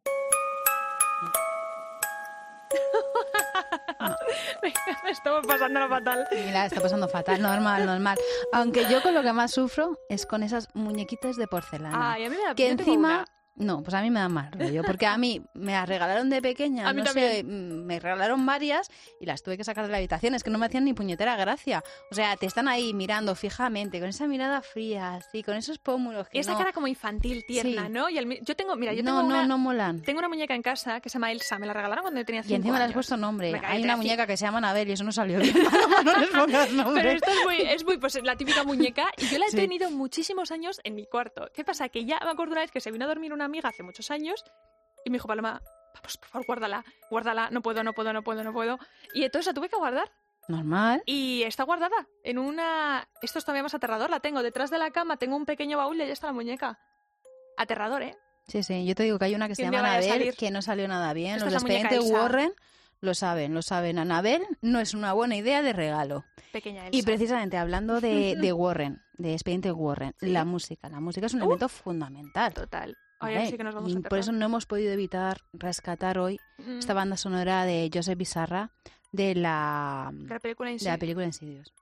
Me estamos pasando fatal.
Mira, está pasando fatal, normal, normal. Aunque yo con lo que más sufro es con esas muñequitas de porcelana.
Ay, a mí me da
que
yo tengo
encima...
una.
No, pues a mí me da mal rollo, porque a mí me las regalaron de pequeña,
A mí
no sé,
también.
mm, me regalaron varias y las tuve que sacar de la habitación, es que no me hacían ni puñetera gracia. O sea, te están ahí mirando fijamente, con esa mirada fría, así, con esos pómulos que
Y esa
no...
cara como infantil, tierna,
Sí.
¿no? Y al mi- yo tengo, mira, yo
no,
tengo
no,
una,
no molan.
tengo una muñeca en casa que se llama Elsa, me la regalaron cuando yo tenía
Y
cinco
encima le has
años.
puesto nombre.
Venga,
Hay
te
una
hace-
muñeca que se llama Anabel y eso no salió bien. No les pongas nombre.
Pero esto es muy, es muy, pues la típica muñeca y yo la he
Sí.
tenido muchísimos años en mi cuarto. ¿Qué pasa? Que ya me acuerdo una vez que se vino a dormir una amiga hace muchos años y me dijo, Paloma, vamos, por favor, guárdala, guárdala, no puedo, no puedo, no puedo, no puedo. Y entonces la tuve que guardar
Normal.
y está guardada en una... Esto es todavía más aterrador, la tengo detrás de la cama, tengo un pequeño baúl y ahí está la muñeca. Aterrador, ¿eh?
Sí, sí, yo te digo que hay una que
Que
se
un día
llama
vaya a
Anabel
salir.
que no salió nada bien.
Esta
Los
es
de
la muñeca
Expediente
Elsa.
Warren lo saben, lo saben. Anabel no es una buena idea de regalo.
Pequeña Elsa.
Y precisamente hablando de, de Warren, de Expediente Warren,
Sí.
la música. La música es un
Uh.
elemento fundamental.
Total. Ay,
¿vale?
ahora sí que nos vamos
Y
a
por
terror.
eso no hemos podido evitar rescatar hoy
Mm,
esta banda sonora de Joseph Bizarra de la,
de la película en sí.
de la película Insidious.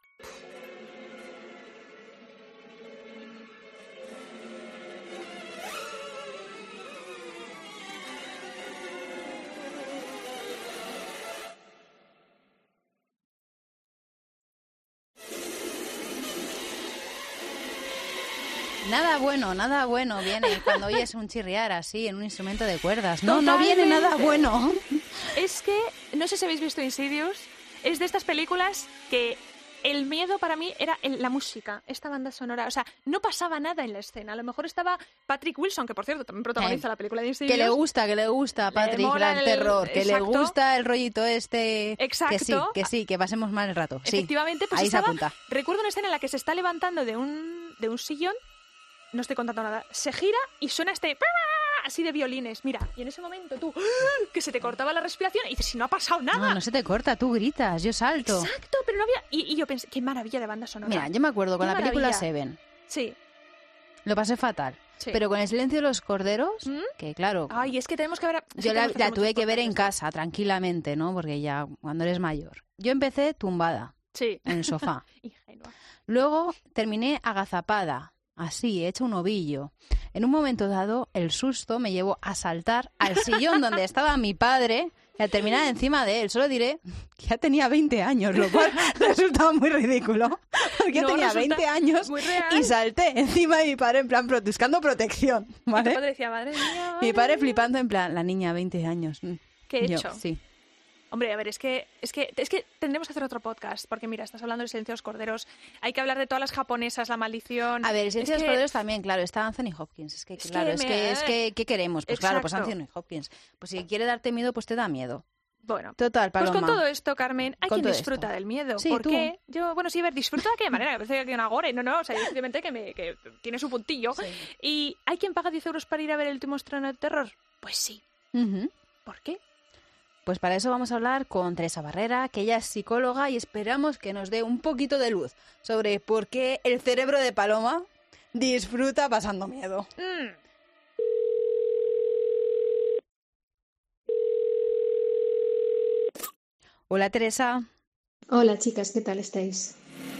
Nada bueno, nada bueno viene cuando oyes un chirriar así en un instrumento de cuerdas. No, no viene nada
Totalmente.
bueno.
Es que, no sé si habéis visto Insidious, es de estas películas que el miedo para mí era el- la música, esta banda sonora. O sea, no pasaba nada en la escena. A lo mejor estaba Patrick Wilson, que por cierto también protagoniza
Eh,
la película de Insidious.
Que le gusta, que le gusta, Patrick,
mola
el
el-
terror, que
exacto.
le gusta el rollito este.
Exacto.
Que sí, que sí, que pasemos mal el rato. Sí.
Efectivamente, pues
ahí
estaba-
se apunta.
Recuerdo una escena en la que se está levantando de un, de un sillón, no estoy contando nada, se gira y suena este... así de violines, mira, y en ese momento tú, que se te cortaba la respiración y dices, si no ha pasado nada.
No, no se te corta, tú gritas, yo salto.
Exacto, pero no había... Y, y yo pensé, qué maravilla de banda sonora.
Mira, yo me acuerdo con
Qué
la película
maravilla.
Seven,
Sí,
lo pasé fatal.
sí.
Pero con El silencio de los corderos,
¿Mm?
que claro,
Ay, es que tenemos que ver... es
yo
que
la,
tenemos que
la
hacer
tuve
muchos
que ver en
podcasts de
casa, tranquilamente, ¿no? Porque ya cuando eres mayor. Yo empecé tumbada
esto. Sí.
en el sofá.
Ingenua.
Luego terminé agazapada, así, hecha un ovillo. En un momento dado, el susto me llevó a saltar al sillón donde estaba mi padre y a terminar encima de él. Solo diré que ya tenía veinte años, lo cual resultaba muy ridículo. Porque yo
No,
tenía
resulta
veinte años
muy real.
y salté encima de mi padre en plan pro- buscando protección,
Y tu
¿vale?
padre decía, madre mía,
Mi
madre
padre
mía".
flipando en plan, la niña, veinte años. Mm.
¿Qué he
Yo,
hecho?
sí.
Hombre, a ver, es que, es que es que tendremos que hacer otro podcast, porque mira, estás hablando del silencio de los corderos, hay que hablar de todas las japonesas, la maldición...
A ver, el silencio de
Es
los
que-
corderos también, claro, está Anthony Hopkins. Es que,
Es
claro,
que
es
me-
que, es que, ¿qué queremos? Pues claro, pues
Exacto.
Anthony Hopkins. Pues si quiere darte miedo, pues te da miedo.
Bueno,
Total,
pues
Paloma.
con todo esto, Carmen, hay
Con
quien
todo
disfruta
esto.
del miedo.
Sí,
¿Por
tú.
qué? Yo, bueno, sí, a ver, disfruta de qué manera, que parece que hay una gore, no, no, o sea, simplemente que, me, que tiene su puntillo. ¿Y hay quien paga diez euros para ir a ver el último estreno de terror? Pues sí.
Ujú.
¿Por qué?
Pues para eso vamos a hablar con Teresa Barrera, que ella es psicóloga y esperamos que nos dé un poquito de luz sobre por qué el cerebro de Paloma disfruta pasando miedo. Mm. Hola, Teresa.
Hola, chicas, ¿qué tal estáis?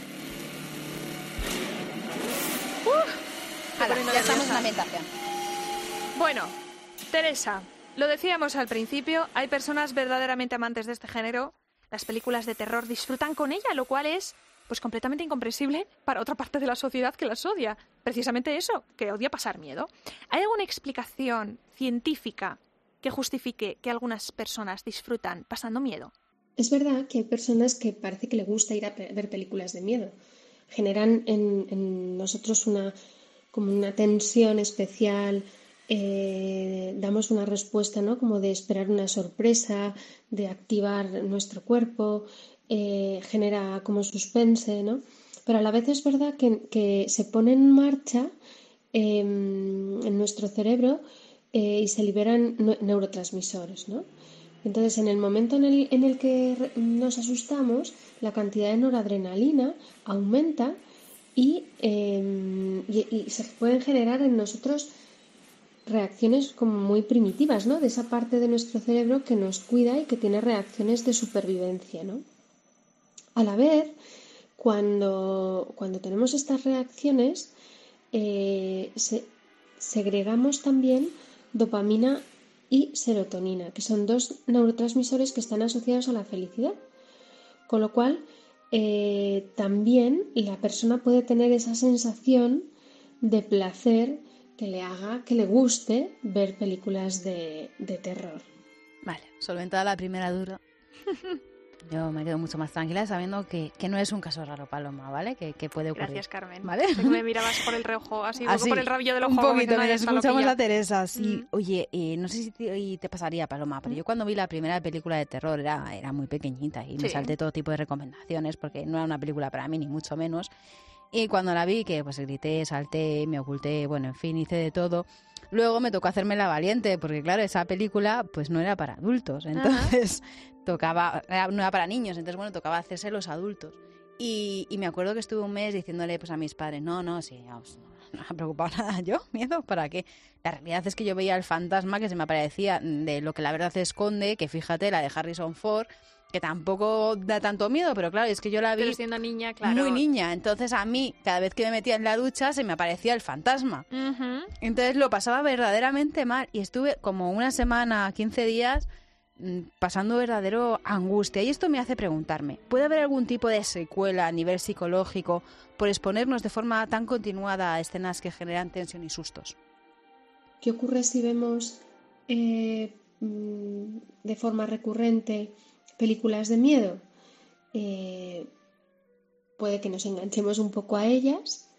Uh, Ala, ya estamos en la ambientación.
Bueno, Teresa, lo decíamos al principio, hay personas verdaderamente amantes de este género. Las películas de terror disfrutan con ella, lo cual es pues completamente incomprensible para otra parte de la sociedad que las odia. Precisamente eso, que odia pasar miedo. ¿Hay alguna explicación científica que justifique que algunas personas disfrutan pasando miedo?
Es verdad que hay personas que parece que les gusta ir a pe- ver películas de miedo. Generan en, en nosotros una, como una tensión especial, eh, damos una respuesta, ¿no? Como de esperar una sorpresa, de activar nuestro cuerpo, eh, genera como suspense, ¿no? Pero a la vez es verdad que, que se pone en marcha eh, en nuestro cerebro eh, y se liberan ne- neurotransmisores, ¿no? Entonces, en el momento en el, en el que nos asustamos, la cantidad de noradrenalina aumenta y, eh, y, y se pueden generar en nosotros reacciones como muy primitivas, ¿no? De esa parte de nuestro cerebro que nos cuida y que tiene reacciones de supervivencia, ¿no? A la vez, cuando, cuando tenemos estas reacciones, eh, se, segregamos también dopamina y serotonina, que son dos neurotransmisores que están asociados a la felicidad. Con lo cual, eh, también la persona puede tener esa sensación de placer que le haga, que le guste ver películas de, de terror.
Vale, solventada la primera duda. Yo me quedo mucho más tranquila sabiendo que, que no es un caso raro, Paloma, ¿vale? Que, que puede ocurrir.
Gracias, Carmen.
¿Vale?
Sé que me mirabas por el reojo, así,
así
por el rabillo del ojo.
Un poquito,
mira,
escuchamos a Teresa. Sí,
mm.
Oye, eh, no sé si te, te pasaría, Paloma, pero mm. yo cuando vi la primera película de terror era, era muy pequeñita y sí. me salté todo tipo de recomendaciones porque no era una película para mí, ni mucho menos. Y cuando la vi, que pues grité, salté, me oculté, bueno, en fin, hice de todo. Luego me tocó hacerme la valiente, porque claro, esa película pues no era para adultos, entonces Ajá. tocaba, no era para niños, entonces bueno, tocaba hacerse los adultos. Y, y me acuerdo que estuve un mes diciéndole pues a mis padres, no, no, sí, vamos, no me ha preocupado nada yo, miedo, ¿para qué? La realidad es que yo veía el fantasma que se me aparecía de Lo que la verdad esconde, que fíjate, la de Harrison Ford, que tampoco da tanto miedo, pero claro, es que yo la vi
pero siendo niña, claro.
muy niña, entonces a mí, cada vez que me metía en la ducha, se me aparecía el fantasma. Uh-huh. Entonces lo pasaba verdaderamente mal y estuve como una semana, quince días, pasando verdadero angustia. Y esto me hace preguntarme, ¿puede haber algún tipo de secuela a nivel psicológico por exponernos de forma tan continuada a escenas que generan tensión y sustos?
¿Qué ocurre si vemos eh, de forma recurrente películas de miedo? Eh, puede que nos enganchemos un poco a ellas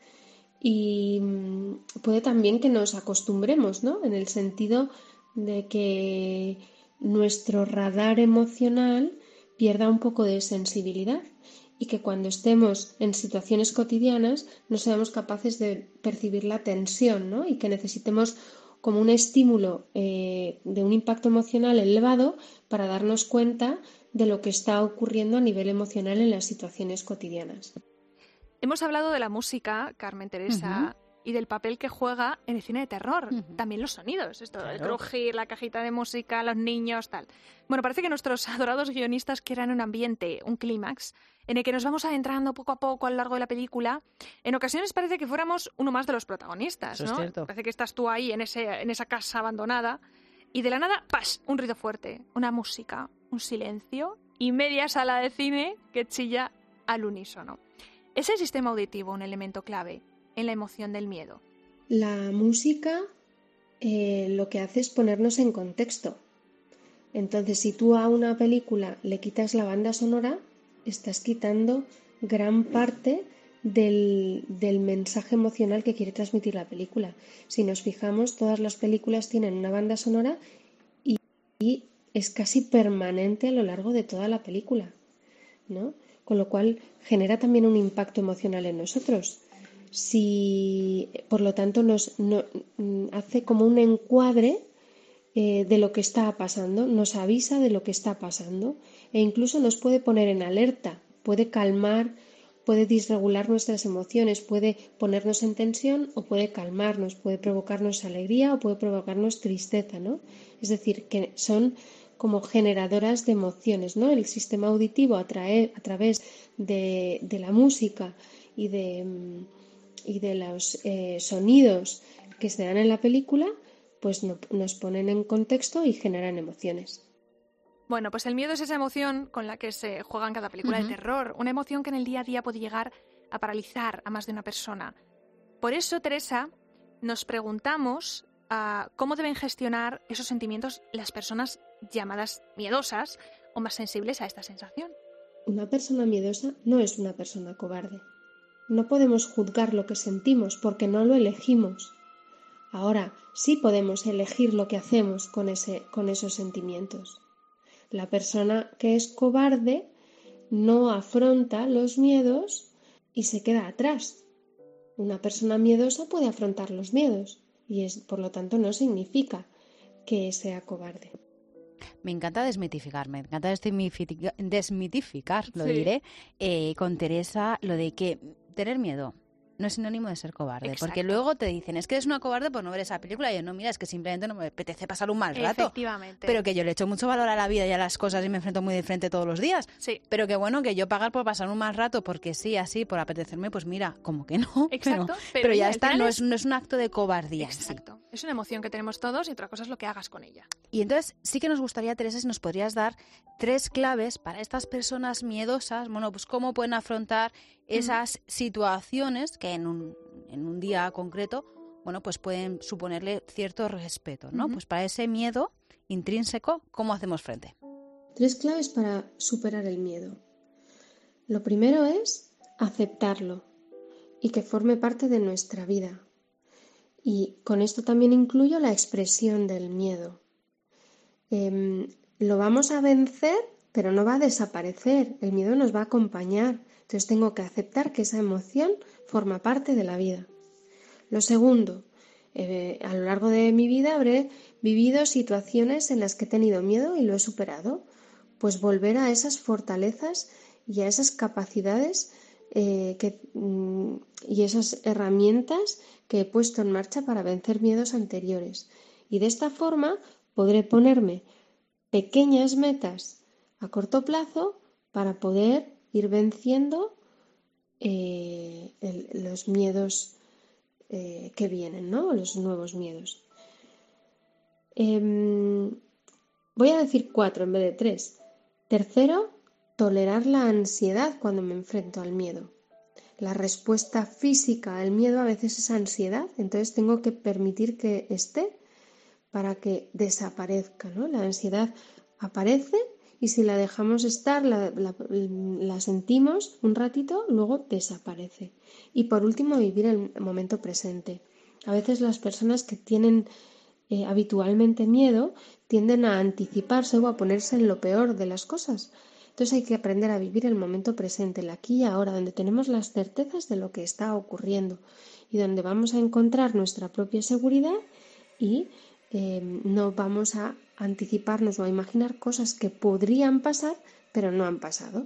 y puede también que nos acostumbremos, ¿no? En el sentido de que nuestro radar emocional pierda un poco de sensibilidad y que cuando estemos en situaciones cotidianas no seamos capaces de percibir la tensión, ¿no? Y que necesitemos como un estímulo eh, de un impacto emocional elevado para darnos cuenta de lo que está ocurriendo a nivel emocional en las situaciones cotidianas.
Hemos hablado de la música, Carmen Teresa, uh-huh. y del papel que juega en el cine de terror. Uh-huh. También los sonidos, esto, claro. El crujir, la cajita de música, los niños, tal. Bueno, parece que nuestros adorados guionistas crean un ambiente, un clímax, en el que nos vamos adentrando poco a poco a lo largo de la película. En ocasiones parece que fuéramos uno más de los protagonistas,
Eso
¿no?
Es cierto.
Parece que estás tú ahí en, ese, en esa casa abandonada y de la nada, ¡pas!, un ruido fuerte, una música, un silencio y media sala de cine que chilla al unísono. ¿Es el sistema auditivo un elemento clave en la emoción del miedo?
La música eh, lo que hace es ponernos en contexto. Entonces, si tú a una película le quitas la banda sonora, estás quitando gran parte del, del mensaje emocional que quiere transmitir la película. Si nos fijamos, todas las películas tienen una banda sonora y, y es casi permanente a lo largo de toda la película, ¿no? Con lo cual genera también un impacto emocional en nosotros. Si, por lo tanto, nos no, hace como un encuadre eh, de lo que está pasando, nos avisa de lo que está pasando e incluso nos puede poner en alerta, puede calmar, puede disregular nuestras emociones, puede ponernos en tensión o puede calmarnos, puede provocarnos alegría o puede provocarnos tristeza, ¿no? Es decir, que son como generadoras de emociones, ¿no? El sistema auditivo a, traer, a través de, de la música y de, y de los eh, sonidos que se dan en la película, pues no, nos ponen en contexto y generan emociones.
Bueno, pues el miedo es esa emoción con la que se juega en cada película uh-huh. de terror, una emoción que en el día a día puede llegar a paralizar a más de una persona. Por eso, Teresa, nos preguntamos uh, cómo deben gestionar esos sentimientos las personas llamadas miedosas o más sensibles a esta sensación.
Una persona miedosa no es una persona cobarde. No podemos juzgar lo que sentimos porque no lo elegimos. Ahora, sí podemos elegir lo que hacemos con, ese, con esos sentimientos. La persona que es cobarde no afronta los miedos y se queda atrás. Una persona miedosa puede afrontar los miedos y es, por lo tanto no significa que sea cobarde.
Me encanta desmitificar, me encanta desmitificar, desmitificar lo sí. diré, eh, con Teresa, lo de que tener miedo no es sinónimo de ser cobarde. Exacto. Porque luego te dicen, es que eres una cobarde por no ver esa película. Y yo, no, mira, es que simplemente no me apetece pasar un mal rato.
Efectivamente.
Pero que yo le echo mucho valor a la vida y a las cosas y me enfrento muy de frente todos los días.
Sí.
Pero que bueno, que yo pagar por pasar un mal rato porque sí, así, por apetecerme, pues mira, como que no.
Exacto.
Pero,
pero,
pero ya
ya
está, no es,
es...
no es un acto de cobardía.
Exacto. Sí. Es una emoción que tenemos todos y otra cosa es lo que hagas con ella.
Y entonces sí que nos gustaría, Teresa, si nos podrías dar tres claves para estas personas miedosas, bueno, pues cómo pueden afrontar esas mm. situaciones que en un, en un día concreto, bueno, pues pueden suponerle cierto respeto, ¿no? Mm-hmm. Pues para ese miedo intrínseco, ¿cómo hacemos frente?
Tres claves para superar el miedo. Lo primero es aceptarlo y que forme parte de nuestra vida. Y con esto también incluyo la expresión del miedo. Eh, lo vamos a vencer, pero no va a desaparecer. El miedo nos va a acompañar. Entonces tengo que aceptar que esa emoción forma parte de la vida. Lo segundo, eh, a lo largo de mi vida habré vivido situaciones en las que he tenido miedo y lo he superado. Pues volver a esas fortalezas y a esas capacidades eh, que, mm, y esas herramientas que he puesto en marcha para vencer miedos anteriores. Y de esta forma podré ponerme pequeñas metas a corto plazo para poder ir venciendo eh, el, los miedos eh, que vienen, ¿no? Los nuevos miedos. Eh, voy a decir cuatro en vez de tres. Tercero, tolerar la ansiedad cuando me enfrento al miedo. La respuesta física al miedo a veces es ansiedad, entonces tengo que permitir que esté para que desaparezca, ¿no? La ansiedad aparece y si la dejamos estar, la, la, la sentimos un ratito, luego desaparece. Y por último, vivir el momento presente. A veces las personas que tienen eh, habitualmente miedo tienden a anticiparse o a ponerse en lo peor de las cosas. Entonces hay que aprender a vivir el momento presente, el aquí y ahora, donde tenemos las certezas de lo que está ocurriendo y donde vamos a encontrar nuestra propia seguridad y eh, no vamos a anticiparnos o a imaginar cosas que podrían pasar, pero no han pasado.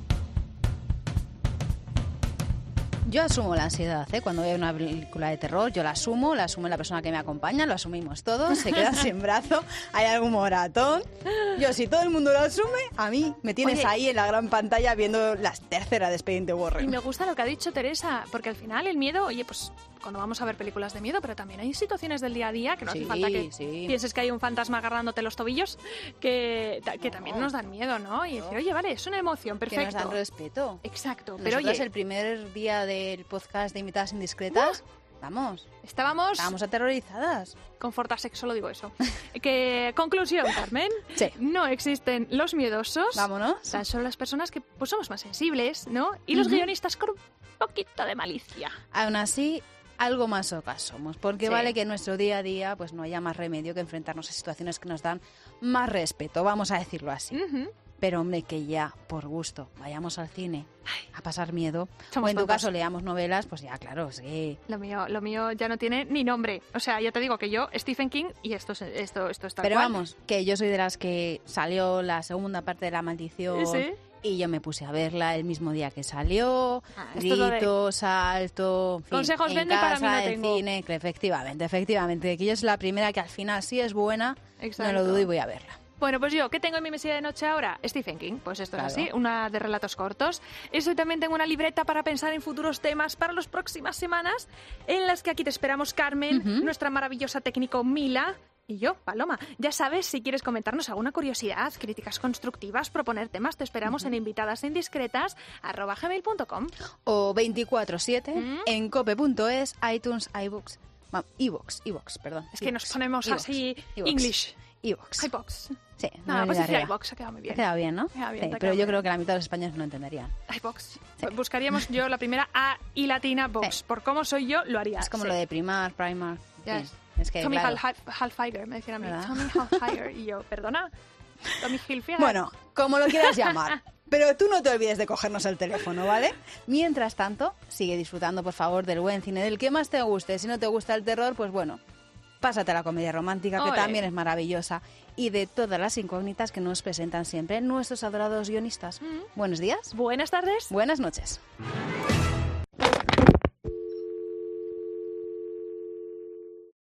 Yo asumo la ansiedad, ¿eh? Cuando veo una película de terror, yo la asumo, la asume la persona que me acompaña, lo asumimos todos, se queda sin brazo, hay algún moratón. Yo, si todo el mundo lo asume, a mí me tienes Oye, ahí en la gran pantalla viendo la tercera de Expediente Warren.
Y me gusta lo que ha dicho Teresa, porque al final el miedo, oye, pues cuando vamos a ver películas de miedo, pero también hay situaciones del día a día que no sí, hace falta que sí. pienses que hay un fantasma agarrándote los tobillos, que, que también nos dan miedo, ¿no? Y decir, oye, vale, es una emoción, perfecto.
Que nos dan respeto.
Exacto.
Pero
Nosotras
oye, el primer día del podcast de Invitadas Indiscretas, uh, vamos,
estábamos...
Estábamos aterrorizadas.
Con Fortasex solo digo eso. que, conclusión, Carmen.
Sí.
No existen los miedosos.
Vámonos.
Tan solo las personas que pues somos más sensibles, ¿no? Y los uh-huh. guionistas con un poquito de malicia.
Aún así, algo más ocas somos, porque sí. vale que en nuestro día a día pues no haya más remedio que enfrentarnos a situaciones que nos dan más respeto, vamos a decirlo así.
Uh-huh.
Pero, hombre, que ya, por gusto, vayamos al cine a pasar miedo,
Somos
o en tu
tontos.
caso leamos novelas, pues ya, claro, sí.
Lo mío, lo mío ya no tiene ni nombre. O sea, ya te digo que yo, Stephen King, y esto, es- esto, esto está
Pero
cual.
vamos, que yo soy de las que salió la segunda parte de La Maldición
¿Sí?
y yo me puse a verla el mismo día que salió,
Ah, esto es lo de-
grito, salto, en fin,
Consejos
en
vende, para mí
casa,
no
en
tengo.
cine, que efectivamente, efectivamente, que yo es la primera que al final sí es buena,
Exacto.
no lo dudo y voy a verla.
Bueno, pues yo, ¿qué tengo en mi mesilla de noche ahora? Stephen King, pues esto
Claro.
es así, una de relatos cortos. Eso, y también tengo una libreta para pensar en futuros temas para las próximas semanas, en las que aquí te esperamos Carmen,
Ujú.
nuestra maravillosa técnico Mila y yo, Paloma. Ya sabes, si quieres comentarnos alguna curiosidad, críticas constructivas, proponer temas, te esperamos en invitadas indiscretas arroba gmail punto com.
O veinticuatro siete
¿Mm?
en cope punto es, iTunes, iBooks, va, iVoox, iVoox, perdón.
Es que nos
iVoox,
ponemos
iVoox,
así
iVoox,
English.
iVoox.
iBox.
Sí,
Nada,
no
pues
me
decía
arriba.
iBox, ha quedado muy bien.
Te queda bien, ¿no?
Queda bien,
Sí,
te ha
pero
quedado
yo
bien.
creo que la mitad de los españoles no lo entenderían.
iBox. Buscaríamos yo la primera A y latina box.
Sí.
Por cómo soy yo, lo haría.
Es como
sí.
lo de primar, primar. en
Yes.
fin, es que,
Tommy
claro.
Hal- Hilfiger, me decían a mí.
¿Verdad?
Tommy Hilfiger. Y yo, perdona. Tommy Hilfiger.
Bueno, como lo quieras llamar. Pero tú no te olvides de cogernos el teléfono, ¿vale? Mientras tanto, sigue disfrutando, por favor, del buen cine, del que más te guste. Si no te gusta el terror, pues bueno, pásate a la comedia romántica, que
Ole.
también es maravillosa. Y de todas las incógnitas que nos presentan siempre nuestros adorados guionistas. Buenos días.
Buenas tardes.
Buenas noches.